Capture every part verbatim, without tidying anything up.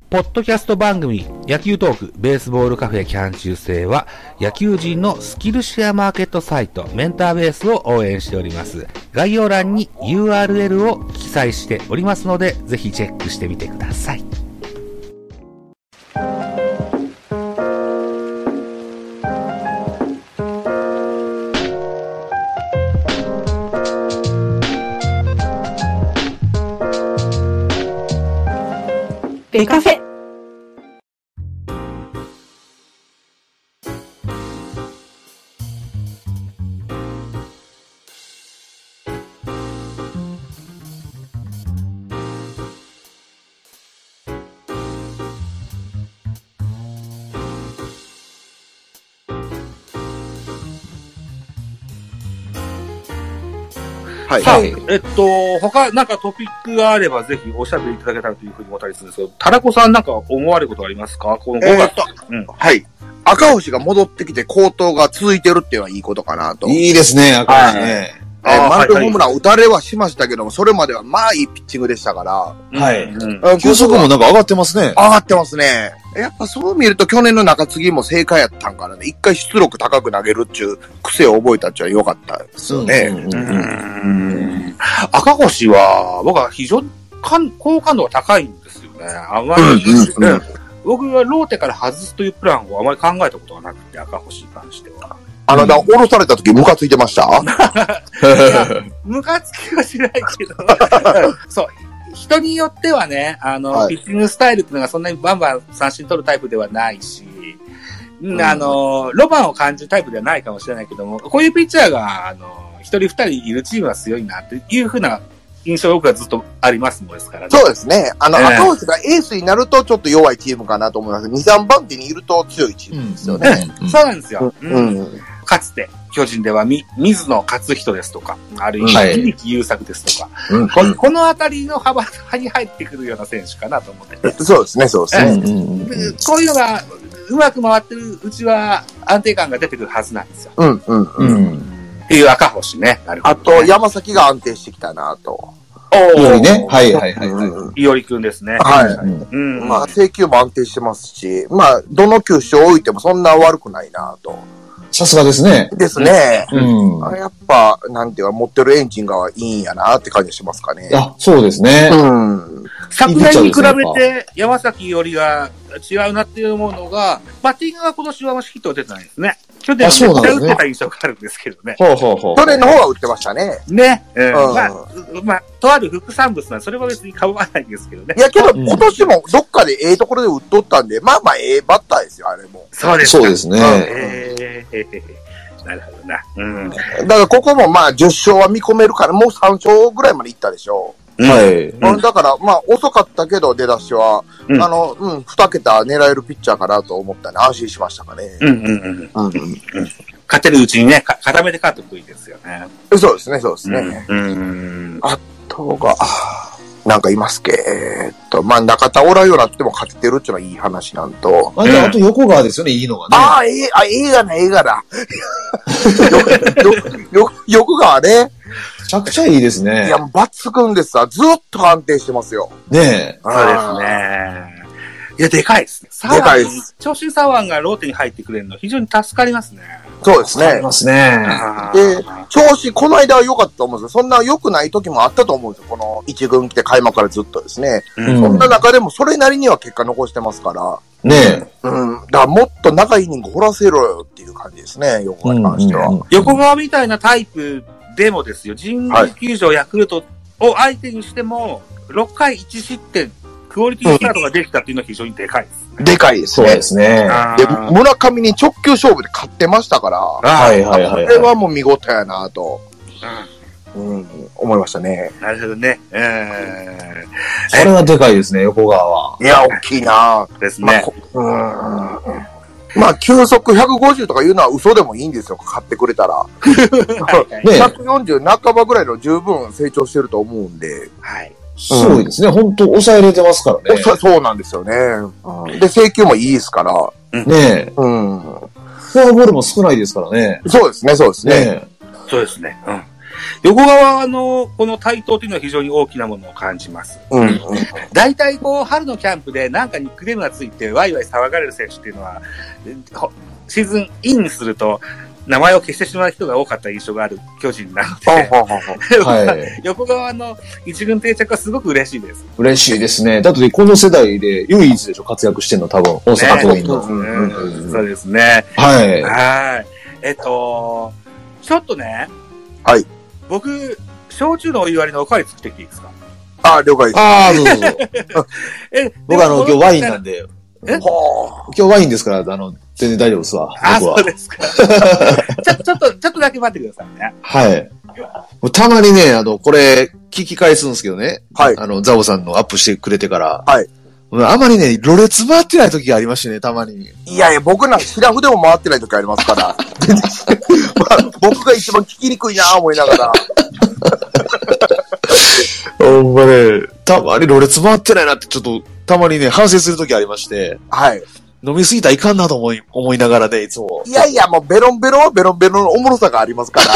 ポッドキャスト番組野球トークベースボールカフェキャン中世は野球人のスキルシェアマーケットサイトメンターベースを応援しております。概要欄に ユーアールエル を記載しておりますのでぜひチェックしてみてください。 ベカフェ。 はい。 さあ、えっと、他なんかトピックがあればぜひおしゃべりいただけたらというふうに思ったりするんですけど、タラコさんなんか思われることありますか？このごがつ。 えー、っと、 うん、 はい。赤星が戻ってきて高騰が続いてるっていうのはいいことかなと。 いいですね、赤星ね。 えー、満塁ホームラン打たれはしましたけども、それまではまあいいピッチングでしたから。 はい。 うん、 球速もなんか上がってますね。 上がってますね。やっぱそう見ると去年の中継ぎも正解やったんからね。一回出力高く投げるっていう癖を覚えたっちゃ良かったですよね。うんうんうんうん赤星は、僕は非常に好感度が高いんですよね。あまり、うんうんうん、僕はローテから外すというプランをあまり考えたことがなくて、赤星に関しては。 あの、だ、降ろされた時ムカついてましたムカつきはしないけど、そう。人によってはね、あの、はい、ピッチングスタイルっていうのがそんなにバンバン三振取るタイプではないし、うん、あの、ロマンを感じるタイプではないかもしれないけども、こういうピッチャーが、あの、一人二人いるチームは強いなっていうふうな印象が僕はずっとありますもんですからね。 そうですね。あの、 えー、 赤星がエースになるとちょっと弱いチームかなと思います。に、さんばん手にいると強いチームですよね。 うんうん、そうなんですよ。 うんうん、 かつて、巨人ではみ、水野勝人ですとか、あるいは、響優作ですとか、はい、こ, このあたりの幅に入ってくるような選手かなと思って、ね。 そうですね、そうですね。 うん、こういうのが、うまく回ってるうちは安定感が出てくるはずなんですよ。 うんうんうん。うん、 っていう赤星ね。なるほど、ね。 あと、山崎が安定してきたなと。 いおりね。はいはいはい、はい。 いおりくんですね。 はい。うん、まあ、制球も安定してますし、まあ、どの球種を置いてもそんな悪くないなと。 さすがですね。 ですね。 うん。 やっぱ、なんていうか、持ってるエンジンがいいんやなって感じしますかね。 あ、そうですね。 うん。 昨年に比べて、山崎よりが違うなっていうものが、バッティングが今年はあんまりヒットが出てないですね。去年はめっちゃ打ってた印象があるんですけどね。 ほうほうほう。 去年の方は打ってましたね。 ね。うん。まあ、まあ、とある副産物なんで、それは別に構わないんですけどね。 いやけど、今年もどっかでええところで打っとったんで、まあまあええバッターですよ、あれも。 そうです。 そうですね。 えーなるほどな。うん。 だからここもまあじゅっ勝は見込めるから、もうさん勝ぐらいまでいったでしょう。 はい。 うん、だから、まあ、遅かったけど、出だしは、うん、あの、うん、二桁狙えるピッチャーかなと思ったね。安心しましたかね。 うんうんうん。うんうん、勝てるうちにね、固めて勝ってくるといいですよね。 そうですね、そうですね。 うん。うん、 あとが、なんかいますけえー、っと、まあ、中田おらんようになっても勝ててるっていうのはいい話なんと。 あ、じゃあ、あと横川ですよね、いいのがね。 ああ、ええ、あ、映画な、映画だ。よ、よ、横川ね。 めちゃくちゃいいですね。 いや、抜群ですわ。ずっと安定してますよ。 ねえ。 そうですね。いや、でかいですね。 でかいです。 長州左腕がローテに入ってくれるの非常に助かりますね。 そうですね。 助かりますね。 で、調子、この間は良かったと思うんですよ。そんな良くない時もあったと思うんですよ。この一軍来て開幕からずっとですね。うん、そんな中でもそれなりには結果残してますから。 ねえ。 うん。だからもっと長いイニング掘らせろよっていう感じですね。横川に関しては。うんうん、 横川みたいなタイプでもですよ。神宮球場ヤクルトを相手にしても、ろっかいいち失点、クオリティスタートができたっていうのは非常にでかいですね。 でかいですね。 そうですね。 で、村上に直球勝負で勝ってましたから。 はいはいはい、はい。 これはもう見事やなと。うん。うん、思いましたね。 なるほどね。えー、それはでかいですね、横川は。 いや、大きいなですね。 まあ、うん。まあ、球速ひゃくごじゅうとかいうのは嘘でもいいんですよ、買ってくれたら。はいはい、ひゃくよんじゅう半ばぐらいの十分成長してると思うんで。 はい。 すごいですね。本当抑えれてますからね。 そうなんですよね。うん、で、制球もいいですから。 ねえ。 うん。 フォアボールも少ないですからね。 そうですね、そうですね。 ねそうですね。うん。 横川のこの台頭というのは非常に大きなものを感じます。 うん。 大体こう、春のキャンプでなんかニックネームがついてワイワイ騒がれる選手っていうのは、シーズンインにすると、名前を消してしまう人が多かった印象がある巨人なので、はい、横川の一軍定着はすごく嬉しいです。 嬉しいですね。だってこの世代で唯一でしょ、活躍してるの多分、大阪桐蔭の。 そうですね。 はい。 はい。えっと、ちょっとね、 はい。 僕、焼酎のお湯割りのおかわり作ってきていいですか？ ああ、了解です。 ああ、どうぞ。え、僕あの、今日ワインなんで。 え今日ワインですから、あの、全然大丈夫ですわ。 あ、そうですか。ちょ、ちょっと、ちょっとだけ待ってくださいね。 はい。たまにね、あの、これ、聞き返すんですけどね。 はい。 あの、ザボさんのアップしてくれてから。 はい。 あまりね、ろれつ回ってない時がありましてね、たまに。 いやいや、僕なんかシラフでも回ってない時ありますから。まあ、僕が一番聞きにくいなぁ思いながら。 ほんまね、たまにろれつ回ってないなってちょっと、たまにね、反省する時ありまして。 はい。 飲みすぎたらいかんなと思い、思いながらね、いつも。 いやいや、もうベロンベロンはベロンベロンのおもろさがありますから。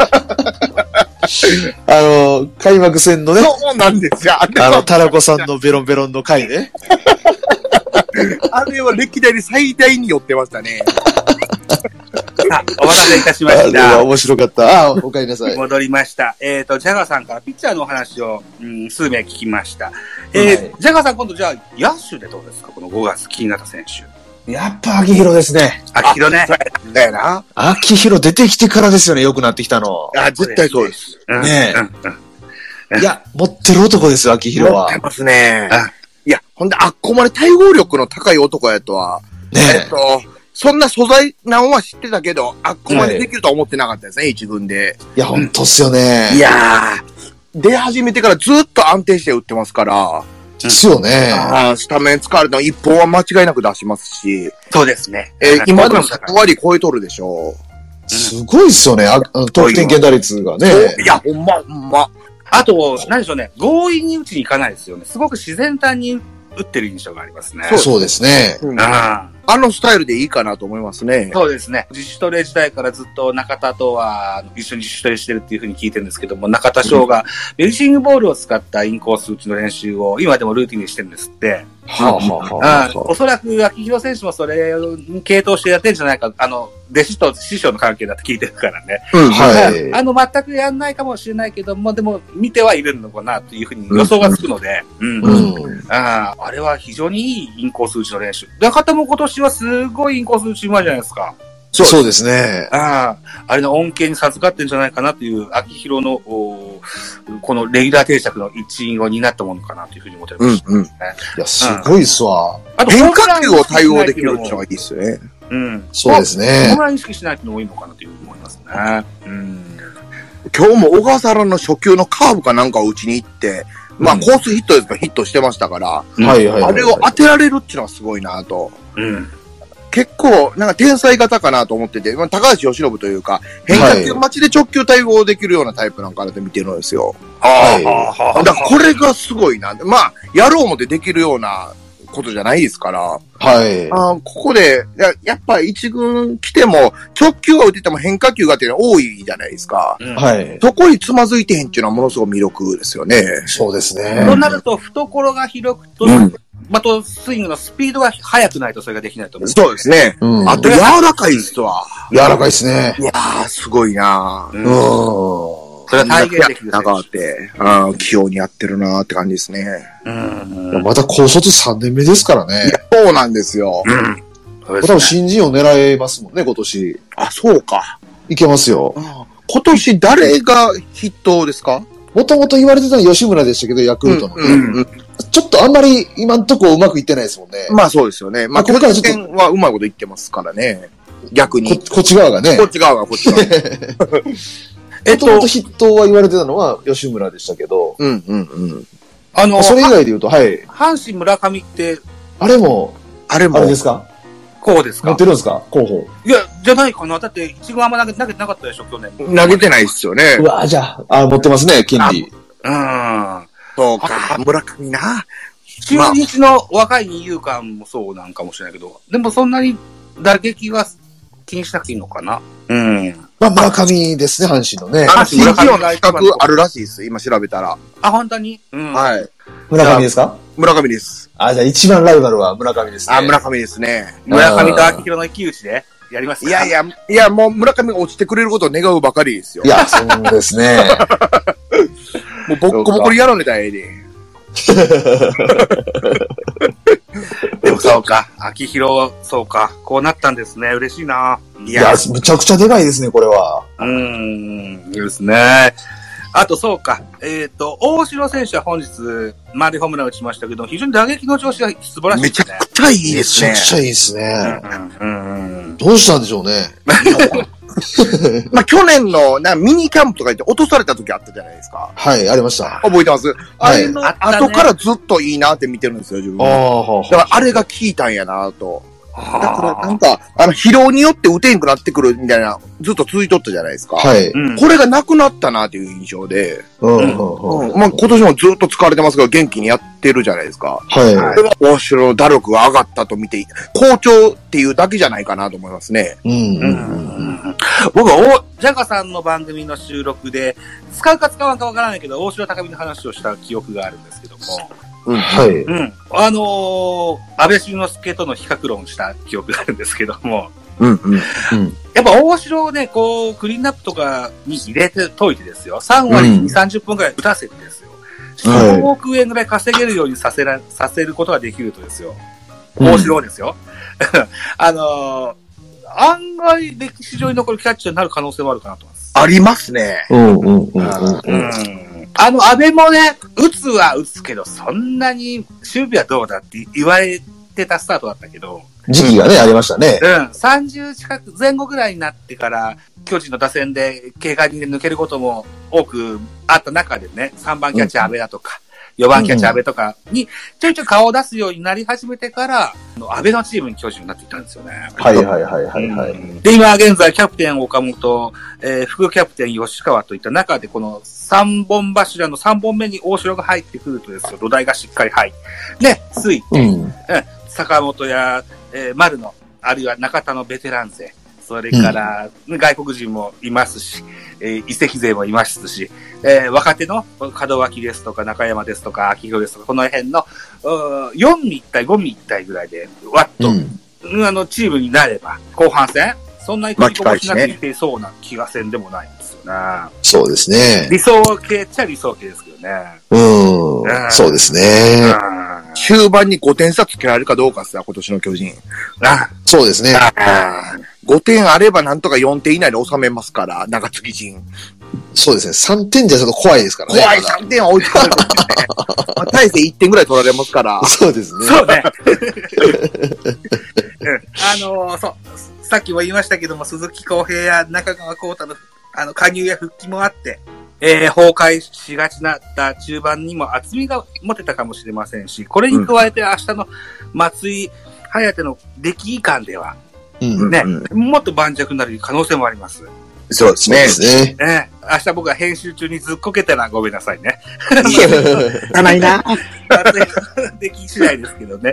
あの、開幕戦のね。 そうなんですよ。 あの、タラコさんのベロンベロンの回ね。 あれは歴代に最大に寄ってましたね。 あ、お待たせいたしました。 あ面白かった。あ、お帰りなさい。 戻りました。えっ、ー、と、ジャガーさんからピッチャーのお話を、うん、数名聞きました。えーはい、ジャガーさん今度じゃあ、野手でどうですか？このごがつ気になった選手。 やっぱ秋広ですね。 秋広ね。 だよな。 秋広出てきてからですよね、良くなってきたの。 あ、絶対そうです。 ねえ。うんうん、いや、持ってる男ですよ、秋広は。 持ってますね。いや、ほんで、あっこまで対応力の高い男やとは、ねえ。えっと、そんな素材なんは知ってたけど、あっこまでできるとは思ってなかったですね、一軍で。 いや、ほんとっすよね。 いやー、出始めてからずっと安定して打ってますから。 ですよね。 あスタメン使われたの一本は間違いなく出しますし。 そうですね。 えー、今でもさんわり超えとるでしょう。すごいっすよね。あ得点圏打率がね。 いや、ほんま、ほんま。 あと、何でしょうね。強引に打ちに行かないですよね。すごく自然体に打ってる印象がありますね。 そうですね。 うん、ああのスタイルでいいかなと思いますね。 そうですね。自主トレ時代からずっと中田とは一緒に自主トレしてるっていうふうに聞いてるんですけども、中田翔がベルシングボールを使ったインコース打ちの練習を今でもルーティンにしてるんですって。 はあはあはあ、 おそらく秋広選手もそれに系統してやってるんじゃないか、あの、弟子と師匠の関係だって聞いてるからね。 うん、はい。 あの、全くやんないかもしれないけども、でも見てはいるのかなというふうに予想がつくので、うん。うんうん、あ, あれは非常にいいインコース打ちの練習。中田も今年はすごいインコース打ちうまいじゃないですか。 そうそうですね。 ああ、あれの恩恵に授かってるんじゃないかなという、秋広の、このレギュラー定着の一員を担ったものかなというふうに思ってました、ね。うんうん。いや、すごいっすわ。 あと変化球を対応できるっていうのがいいっすよね。 うん。 そうですね。 ホームラン意識しないのもいいのかなというふうに思いますね。うん。 今日も小笠原の初球のカーブかなんかを打ちに行って、まあ、コースヒットですからヒットしてましたから、 うん、はいはいはい。 あれを当てられるっていうのはすごいなと。 うん。 結構、なんか天才型かなと思ってて、まあ、高橋由伸というか、変化球待ちで直球対応できるようなタイプなんかなって見てるんですよ。 はい。 だからこれがすごいな。まあ、やろうもでできるようなことじゃないですから。 はい。 あここでや、やっぱ一軍来ても、直球は打ってても変化球がっていうのは多いじゃないですか。 うん、はい。 そこにつまずいてへんっていうのはものすごく魅力ですよね。 そうですね。 となると、懐が広くと、うんまた、スイングのスピードが速くないとそれができないと思う。 そうですね。うん、あと、柔らかいっすわ。 柔らかいっすね。 いやー、すごいなー。 うん。 それは体現できる。 中って、あ器用にやってるなーって感じですね。 うん。 また高卒さんねんめですからね。 いや、そうなんですよ。うん。 多分新人を狙えますもんね、今年。 あ、そうか。 いけますよ。 今年誰が筆頭ですか？ もともと言われてたのは吉村でしたけど、ヤクルトの。うんうんうん、ちょっとあんまり今んとこうまくいってないですもんね。 まあそうですよね。まあ、これからちょっと。はうまいこと言ってますからね。逆に。 こ, こっち側がね。 こっち側が、こっち側が。 えっと、もともと筆頭は言われてたのは吉村でしたけど。 うんうんうん。 あの、それ以外で言うと、はい。 阪神村上って、 あれも、 あれも、 あれですか？ こうですか？ 持ってるんですか？候補。 いや、じゃないかな。だって、一軍あんま投げてなかったでしょ、去年。 投げてないっすよね。 うわじゃあ、あ、持ってますね、金利。 うん。 そうか、村上な。 中日の若い二遊間もそうなんかもしれないけど、でもそんなに打撃は気にしなくていいのかな。うん。 まあ、村上ですね、阪神のね。 あの、新規の企画あるらしいです。今調べたら。 あ、本当に、うん、 はい。 村上ですか？ 村上です。 あ、じゃあ一番ライバルは村上ですね。 あ、村上ですね。 村上と秋広の一騎打ちでやりますか？ いやいや、いや、もう村上が落ちてくれることを願うばかりですよ。 いや、そうですね。 もうボッコボコにやられたらええで。 でもそうか、秋広、そうか、こうなったんですね。嬉しいな。 いや、むちゃくちゃでかいですね、これは。 うーん、ですね。あとそうか、えっ、ー、と、大城選手は本日、マリホームラン打ちましたけど、非常に打撃の調子が素晴らしいですね。 めちゃくちゃいいですね。 めちゃくちゃいいですね。 うんうん、 どうしたんでしょうね。 まあ、去年のなミニキャンプとか言って落とされた時あったじゃないですか。 はい、ありました。 覚えてます？あれの後からずっといいなって見てるんですよ、自分は。だからあれが効いたんやなと。だからなんか、あの、疲労によって打てんくなってくるみたいな、ずっと続いとったじゃないですか。 はい。 これがなくなったなっていう印象で。 うん。 うん。まあ、今年もずっと使われてますけど、元気にやってるじゃないですか。 はい。 これは大城の打力が上がったと見て、好調っていうだけじゃないかなと思いますね。 うん。うんうん僕は、ジャガさんの番組の収録で、使うか使わんかわからないけど、大城高見の話をした記憶があるんですけども。 うん、 はい。 うん。あのー、安倍晋之助との比較論した記憶があるんですけども。 うんうん。うん。 やっぱ大城をね、こう、クリーンナップとかに入れてといてですよ。さん割にさんじゅっぷんくらい打たせてですよ。よんおくえんぐらい稼げるようにさせら、させることができるとですよ。大城をですよ。あのー、案外歴史上に残るキャッチャーになる可能性もあるかなと思います。 ありますね。 うんうんうんうん。 あの、安倍もね、打つは打つけど、そんなに守備はどうだって言われてたスタートだったけど。 時期がね、ありましたね。 うん。さんじゅう近く、前後ぐらいになってから、巨人の打線で警戒に抜けることも多くあった中でね、さんばんキャッチャー安倍だとか、うん、よんばんキャッチャー安倍とかに、ちょいちょい顔を出すようになり始めてから、安倍のチームに巨人になっていったんですよね。 はいはいはいはいはい。うん、 で、今現在キャプテン岡本、えー、副キャプテン吉川といった中で、このさんぼん柱のさんぼんめに大城が入ってくるとですよ、土台がしっかり入って、ね、ついて、うん、坂本や、えー、丸野、あるいは中田のベテラン勢、それから、うん、外国人もいますし、えー、移籍勢もいますし、えー、若手の門脇ですとか中山ですとか秋広ですとか、この辺のよん味一体、ご味一体ぐらいで、わっと、うん、あの、チームになれば、後半戦、そんなに取りこぼしなくいけそうな気がせんでもないんですよね。 そうですね。 理想系っちゃ理想系ですけどね。 うん。うん、そうですね。 終盤にごてん差つけられるかどうかっすよ、今年の巨人。 あそうですね。 ごてんあればなんとかよんてん以内で収めますから、中継ぎ陣。 そうですね。さんてんじゃちょっと怖いですからね。 怖い、さんてんは追いつかれるんですね。まあ、大勢いってんぐらい取られますから。 そうですね。 そうね。うん、あのー、そう。さっきも言いましたけども、鈴木康平や中川幸太の、あの、加入や復帰もあって、えー、崩壊しがちなった中盤にも厚みが持てたかもしれませんし、これに加えて明日の松井颯の出来感では、 うんね、 うん、 もっと盤石になる可能性もあります。 そうですね。 そうですね。 ね、明日僕が編集中にずっこけたらごめんなさいね。 いないな。 出来次第ですけどね。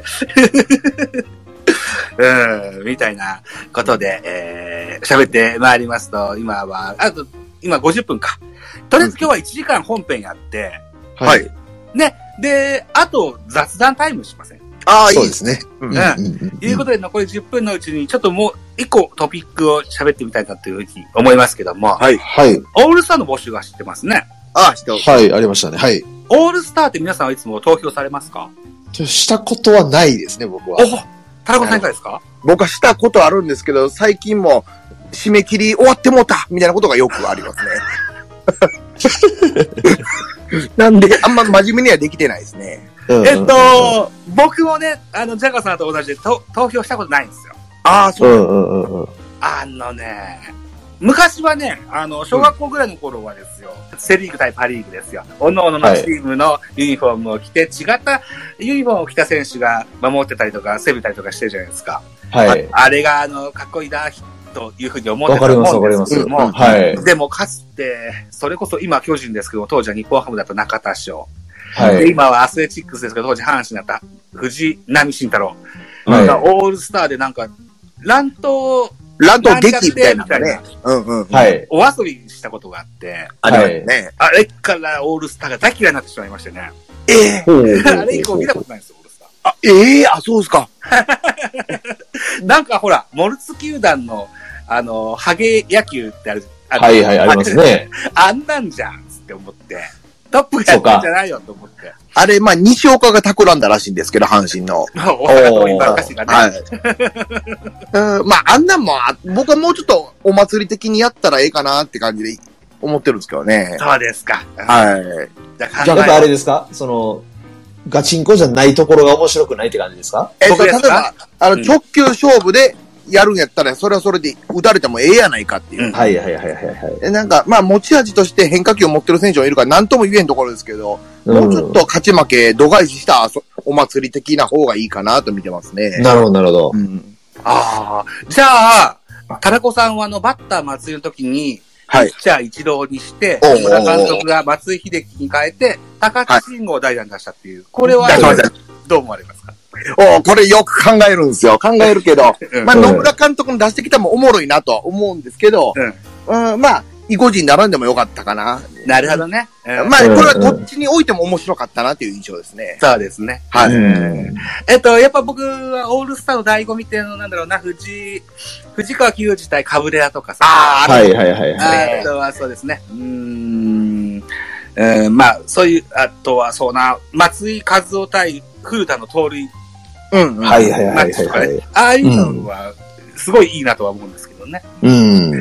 うん、みたいなことで、えー、喋ってまいりますと、今は、あと、今ごじゅっぷんか。とりあえず今日はいちじかん本編やって、 うん、はい。 ね。で、あと雑談タイムしません？ ああ、いいですね。 うん。うん。ということで残りじゅっぷんのうちにちょっともう一個トピックを喋ってみたいなというふうに思いますけども。 はい。 はい。 オールスターの募集が知ってますね。 ああ、知ってます。 はい、ありましたね。はい。 オールスターって皆さんはいつも投票されますか？ したことはないですね、僕は。 お田中さんいかがですか？ 僕はしたことあるんですけど、最近も締め切り終わってもうたみたいなことがよくありますね。なんで、あんま真面目にはできてないですね。 うんうん、えっと、僕もね、あの、ジャガさんと同じでと投票したことないんですよ。 ああ、そう、 うんうんうん。 あのね、昔はね、あの、小学校ぐらいの頃はですよ、うん、セリーグ対パリーグですよ。各々のチームのユニフォームを着て、違ったユニフォームを着た選手が守ってたりとか、攻めたりとかしてるじゃないですか。 はい。 あ, あれが、あの、かっこいいな、というふうに思ってたと思うんですけども、 はい。 でもかつて、それこそ今巨人ですけど、当時は日本ハムだった中田翔。 はい。 で、今はアスレチックスですけど、当時阪神だった藤浪晋太郎。 はい。 オールスターでなんか、乱闘乱闘劇みたいなね。うんうん。 はい。お遊びしたことがあって。 あれね。 あれからオールスターが大嫌いになってしまいましてね。 ええー。あれ以降見たことないんですよ、オールスター。 あ、ええー、あ、そうですか。 なんかほら、モルツ球団の、あの、ハゲ野球ってある。 あはいはい、ありますね。 あんなんじゃんって思って。トップがやってんじゃないよと思って。 あれ、まあ、西岡が企んだらしいんですけど、阪神の。 大阪桐蔭ばっかしがね。はい。 うん、まあ、あんなんも、僕はもうちょっとお祭り的にやったらええかなって感じで思ってるんですけどね。 そうですか。 はい。 じゃあ、やっぱあれですかその、ガチンコじゃないところが面白くないって感じですかえっと、例えば、あの、直球勝負で、やるんやったら、それはそれで打たれてもええやないかっていう。うん、 はいはいはいはいはい。 なんか、まあ持ち味として変化球を持ってる選手もいるから何とも言えんところですけど、うん、もうちょっと勝ち負け、度外視したお祭り的な方がいいかなと見てますね。 なるほどなるほど。うん、ああ、じゃあ、田中さんはあの、バッター松井の時に、はい。ピッチャー一郎にして、木村監督が松井秀喜に変えて、高津慎吾を代打に出したっていう。これは、どう思われますか？ おこれよく考えるんですよ。考えるけど、うん、まあ、野村監督の出してきたもおもろいなとは思うんですけど、うん、うん、まあ、意固地に並んでもよかったかな。 なるほどね。 うん、まあ、これはどっちにおいても面白かったなという印象ですね。 そうですね。 はい。 えっと、やっぱ僕はオールスターの醍醐味っていうのなんだろうな、藤、藤川球児対カブレラとかさ。 ああ、はいはいはい、はい。 あとはそうですね。うーん。えー、まあ、そういう、あとはそうな、松井和夫対古田の盗塁。 うん、うん。はいはいはいはい、はい。 ああいうのは、すごいいいなとは思うんですけどね。 うん。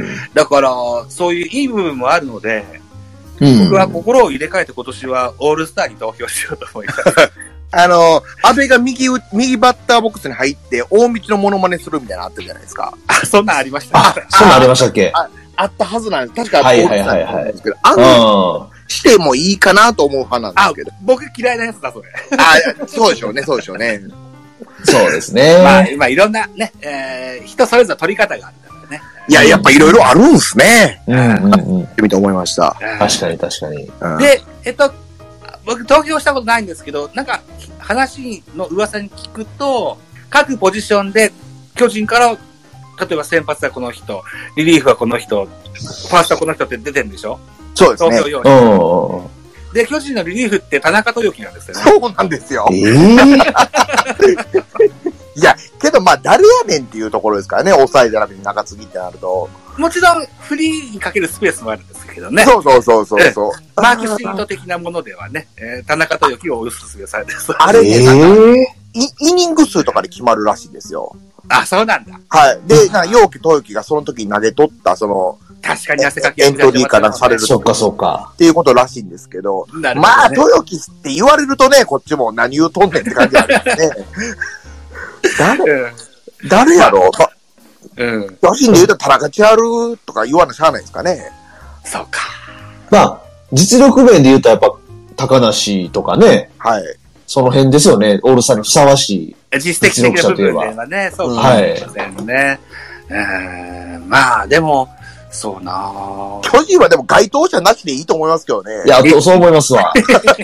だから、そういういい部分もあるので、うん、僕は心を入れ替えて今年はオールスターに投票しようと思います。 あの、安倍が右、右バッターボックスに入って、大道のモノマネするみたいなのあったじゃないですか。 あ、そんなんありました、 ね。あ、そんなんありましたっけ？ あ、あったはずなんです。確か、 はいはいはいはい。 あの、してもいいかなと思う派なんですけど。 僕嫌いなやつだ、それ。 あ、そうでしょうね、そうでしょうね。 そうですね。 まあ、まあ、いろんなね、えー、人それぞれ取り方があるからね。 いや、やっぱいろいろあるんすね。 うんうんうん。 ってみて思いました。 確かに確かに。 で、えっと、僕投票したことないんですけど、なんか、話の噂に聞くと、各ポジションで巨人から、例えば先発はこの人、リリーフはこの人、ファーストはこの人って出てるんでしょ？ そうですね。 投票用紙。で、巨人のリリーフって田中豊樹なんですよね。 そうなんですよ。 えー、 いや、けどまあ誰やねんっていうところですからね、抑えじゃなくて中継ぎってなると。 もちろんフリーにかけるスペースもあるんですけどね。 そうそうそうそうそう。 マークシート的なものではね、えー、田中豊樹をおすすめされてる。 あれね、なんか、イ, イニング数とかで決まるらしいんですよ。 あ、そうなんだ。 はい。で、なんか、陽気豊樹がその時に投げ取った、その、 確かに汗かきエントリーからされる。 そっかそっか。 っていうことらしいんですけど。 なるほどね、 まあ、豊樹って言われるとね、こっちも何言うとんねんって感じなんですね。誰、うん、誰やろう、まうん。巨人で言うと田中千春とか言わなしゃあないですかね。 そうか。 まあ、実力面で言うとやっぱ、高梨とかね。 はい。 その辺ですよね。オールスターにふさわしい。 実績的な部分ではね、そうかもしれませんね。はい、えー、まあ、でも、そうなぁ。 巨人はでも該当者なしでいいと思いますけどね。 いや、そう思いますわ。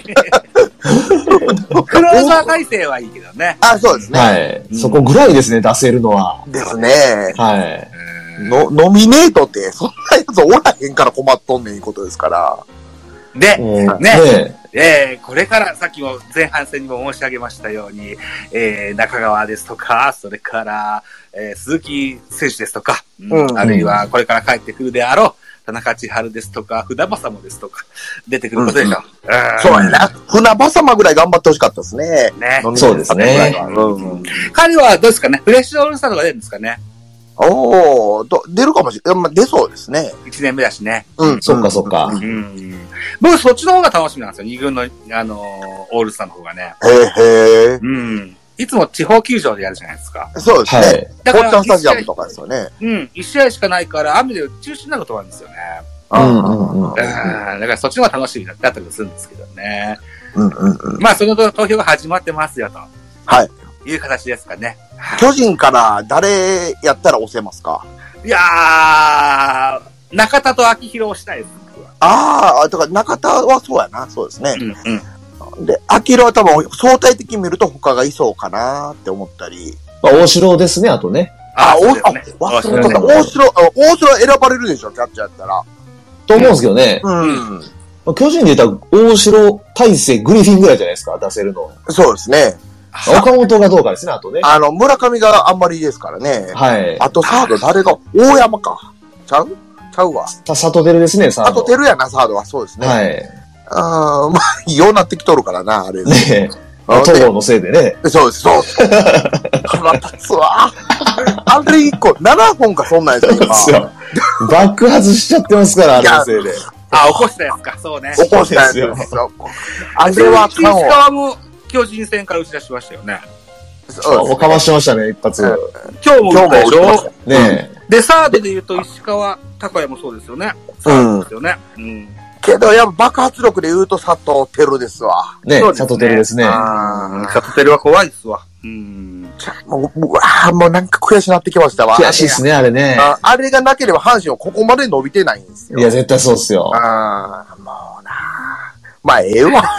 クローザー体制はいいけどね。 あ、そうですね。 はい。うん、そこぐらいですね、出せるのは。 ですね。 はい。 の、ノミネートって、そんなやつおらへんから困っとんねんいうことですから。 で、ね、ねえー、これからさっきも前半戦にも申し上げましたように、えー、中川ですとか、それから、えー、鈴木選手ですとか、うん、あるいはこれから帰ってくるであろう、田中千春ですとか、船正もですとか、出てくることでしょ。 うんうん、そうやな。船正もぐらい頑張ってほしかったですね。 ね。そうですね。 うん、 彼はどうですかね、フレッシュオールスターとか出るんですかね。 おー、出るかもしれない。まあ、出そうですね。 一年目だしね。 うん。そっかそっか。 うん。僕、そっちの方が楽しみなんですよ。二軍の、あのー、オールスターの方がね。 へーへー。 うん。いつも地方球場でやるじゃないですか。 そうですね。はい、 だから、 コッタンスタジアムとかですよね。 うん。一試合しかないから、雨で中止になることがあるんですよね。 うんうんうん。 だからそっちの方が楽しみだったりするんですけどね。 うんうんうん。 まあ、その投票が始まってますよと。 はい。 いう形ですかね。 巨人から誰やったら押せますか？ いやー、中田と秋広をしたいです、僕は。 ああ、だから中田はそうやな、そうですね。 うんうん。で、秋広は多分相対的に見ると他がいそうかなって思ったり。 まあ、大城ですね、あとね。 あ、大城、ね、あ、忘れてた。大城、大城選ばれるでしょ、キャッチャーやったら。 と思うんですけどね。 うん。 うん、巨人で言ったら、大城、大勢、グリフィンぐらいじゃないですか、出せるの。 そうですね。 岡本がどうかですね、あとね。 あの、村上があんまりですからね。 はい。 あとサード誰が、大山か。ちゃうちゃうわ。 里照ですね、サード。 里照やな、サードは。そうですね。 はい。 あー、まあ、ようなってきとるからな、あれ。 ねえ。東郷のせいでね。 そうです、そうです。腹立つわ。あれ一個、ななほんかそんなんやつよ、今。 爆発しちゃってますから、あれのせいで。 あ、起こしたやつか、そうね。 起こしたやつですよ。あれは、 石川も巨人戦から打ち出しましたよね。 そう、かましてましたね、一発。 今日も打ったでしょ。 ねえ。 で、サードで言うと石川、高谷もそうですよね。そうですよね。うん。 けど、やっぱ爆発力で言うと佐藤輝ですわ。 ね、佐藤輝ですね。 佐藤輝は怖いですわ。うん。 もう、うわぁ、もうなんか悔しなってきましたわ。 悔しいっすね、あれね。 あ, あれがなければ阪神はここまで伸びてないんですよ。 いや、絶対そうっすよ。 ああ、もうなぁ。まあ、ええわ。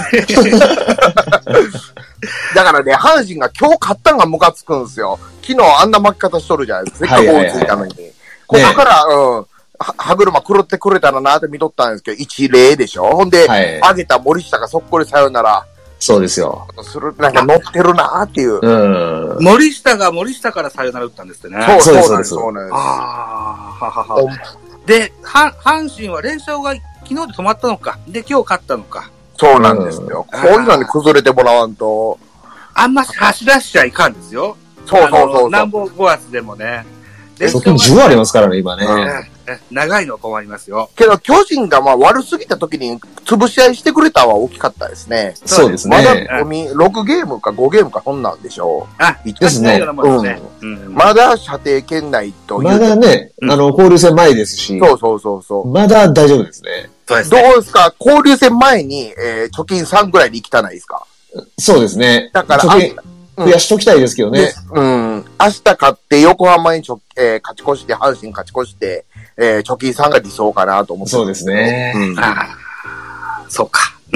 だからね、阪神が今日勝ったんがムカつくんですよ。昨日あんな負け方しとるじゃないですか。せっかく追いついたのに。ここから、ね、うん。歯車狂ってくれたらなって見とったんですけど、一例でしょ。ほんで、はい、上げた森下がそっこりさよなら。 そうですよ。 する、なんか乗ってるなーっていう。 うん。 森下が森下からさよなら打ったんですってね。 そうそうです。そうなんです。 ああ、ははは。で、は、阪神は連勝が昨日で止まったのか。で、今日勝ったのか。 そうなんですよ。こういうのに崩れてもらわんと。 あんま走らしちゃいかんですよ。 そうそうそうそう。 なんぼごがつでもね。 そこにじゅうありますからね、今ね。 うん長いの困りますよ。 けど、巨人がまあ悪すぎた時に潰し合いしてくれたは大きかったですね。 そうですね。 まだろくゲームかごゲームかそんなんでしょう。 あ、 ですね。 うん。まだ射程圏内という。 まだね、あの、交流戦前ですし。 そうそうそうそう。 まだ大丈夫ですね。 どうですか交流戦前に、えー、貯金さんぐらいで行きたないですかそうですね。 だから、 増やしときたいですけどね。 うん。明日勝って横浜にちょ、えー、勝ち越して、阪神勝ち越して、えー、貯金さんが理想かなと思って。 そうですね。 うん、ああ、そうか。うん。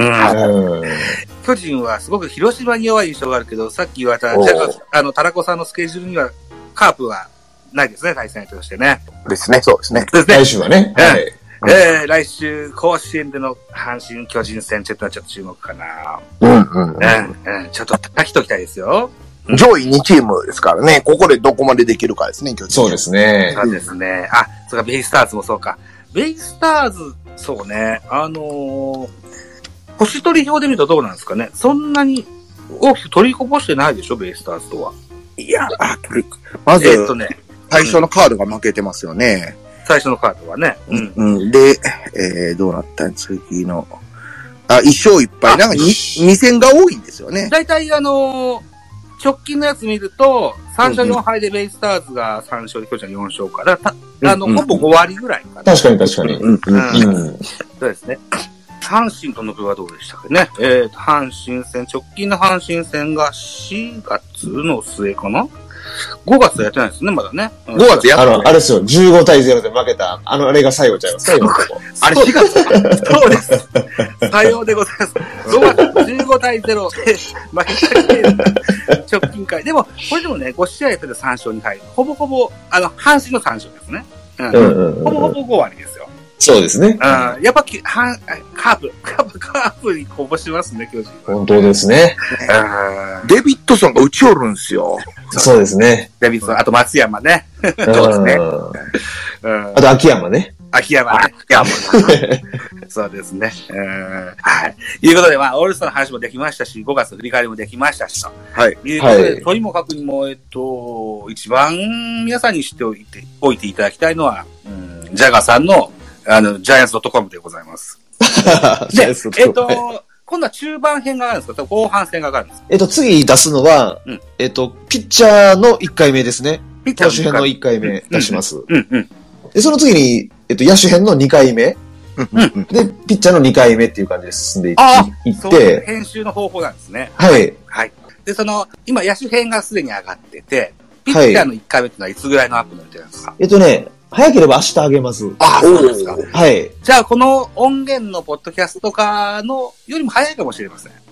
巨人はすごく広島に弱い印象があるけど、さっき言われた、じゃあ、あの、タラコさんのスケジュールには、カープはないですね、対戦相手としてね。 ですね、そうですね。 来週はね。 はい。えー、来週、甲子園での阪神巨人戦、ちょっとちょっと注目かな。 うんうん、うん。 うん、ちょっと叩きときたいですよ。 上位にチームですからね。ここでどこまでできるかですね、巨人。 そうですね。 そうですね。あ、そうか、ベイスターズもそうか。ベイスターズ、そうね。あのー、星取り表で見るとどうなんですかね。そんなに大きく取りこぼしてないでしょ、ベイスターズとは。 いや、あ、まず、えっとね、最初のカードが負けてますよね。 最初のカードはね。 うん。うん、で、えー、どうなったん次の。あ、一勝一敗。なんかに、二戦が多いんですよね。 だいたいあのー、直近のやつ見ると、さん勝よん敗でベイスターズがさん勝で巨人はよん勝から、たあの、うんうん、ほぼご割ぐらいかな。 確かに確かに。うんうんうん。そうですね。阪神との部はどうでしたかね。えーと、阪神戦、直近の阪神戦がしがつの末かな ?ご 月はやってないですね、まだね。 ごがつやってない。 あの、あれですよ、じゅうごたいゼロで負けた、あの、あれが最後ちゃいますか、今のとこ。 あれしがつそうです。さようでございます。ごがつじゅうごたいゼロで負けた直近回。でも、これでもね、ご試合やってるさん勝に敗。ほぼほぼ、あの、阪神のさん勝ですね。うん。うんうんうん、ほぼほぼご割ですよ。 そうですね。 うん。やっぱき、はカープ、カープ、カープにこぼしますね、巨人。 本当ですね。 デビッドソンが打ちおるんですよ。 そうですね。 デビッドソン、あと松山ね。 そうですね。あと秋山ね。 秋山ね。秋山そうですね。はい。いうことで、まあ、オールスターの話もできましたし、ごがつ振り返りもできましたしと。 はい。 いうことで、とにもかくにも、えっと、一番皆さんに知っておいて、おいていただきたいのは、うん、ジャガーさんの、あの、ジャイアンツ .com でございます。で、えっと、今度は中盤編があるんですか？後半戦があるんですか？ えっと、次出すのは、うん、えっと、ピッチャーのいっかいめですね。ピッチャー投手編のいっかいめ出します。 うんうん。 で、その次に、えっと、野手編のにかいめ。うん。で、ピッチャーのにかいめっていう感じで進んでいって。ああ、 そういう編集の方法なんですね。 はい。 はい。で、その、今、野手編がすでに上がってて、ピッチャーのいっかいめってのはいつぐらいのアップになってるんですか？ えっとね、早ければ明日あげます。 ああ、そうですか。 はい。 じゃあ、この音源のポッドキャスト化のよりも早いかもしれません。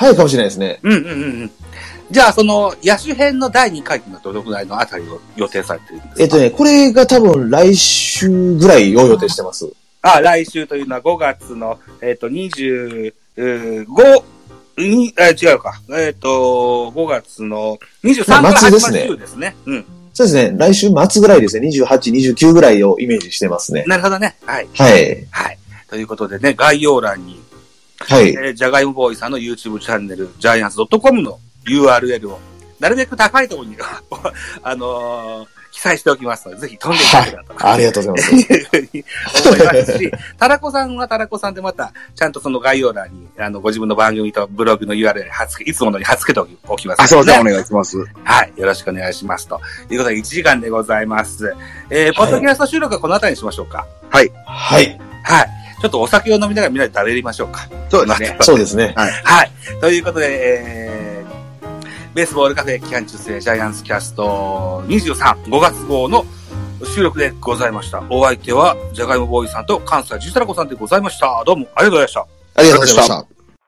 早いかもしれないですね。 うんうんうん。じゃあ、その、野手編のだいにかいっていうのはどのくらいのあたりを予定されてるんですか？ えっとね、これが多分来週ぐらいを予定してます。 あ、来週というのはごがつの、えっと、にじゅうごに、え違うか。えっと、ごがつのにじゅうさんから始まる週ですね。うん。 そうですね。来週末ぐらいですね。にじゅうはち、にじゅうきゅうぐらいをイメージしてますね。 なるほどね。はい。 はい。 はい。ということでね、概要欄に、 はい。 えー、ジャガイモボーイさんの YouTube チャンネル、ジャイアンツ .com の ユーアールエル を、なるべく高いところに、あのー、記載しておきますので、ぜひ飛んでいただけたらと。 ありがとうございます。 思いますし、タラコさんはタラコさんでまた、ちゃんとその概要欄に、あの、ご自分の番組とブログの ユーアールエル 貼っつけ、いつものに貼っつけておきます、ね。 あ、そうですね。お願いします。 はい。よろしくお願いします。ということで、いちじかんでございます。えー、ポッドキャスト収録はこのあたりにしましょうか。 はい。 はい。 はい。ちょっとお酒を飲みながらみんなで食べりましょうか。 そうですね。 そうですね。 はい。はい。ということで、えー、ベースボールカフェ期間中世ジャイアンツキャストにじゅうさん、ごがつ号の収録でございました。お相手は、ジャガイモボーイさんと関西ジュータラコさんでございました。どうもありがとうございました。 ありがとうございました。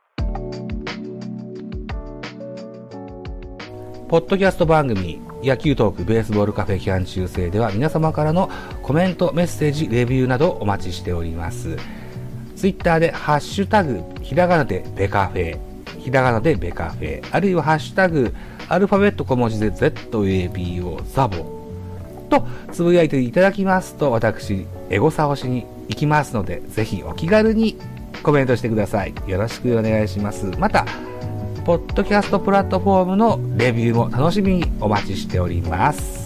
ポッドキャスト番組、野球トークベースボールカフェ期間中世では皆様からのコメント、メッセージ、レビューなどお待ちしております。ツイッターでハッシュタグ、ひらがなでベカフェ、ひらがなでベカフェ、あるいはハッシュタグ、アルファベット小文字で ゼットエービーオー ザボとつぶやいていただきますと、私、エゴサをしに行きますので、ぜひお気軽にコメントしてください。よろしくお願いします。また、ポッドキャストプラットフォームのレビューも楽しみにお待ちしております。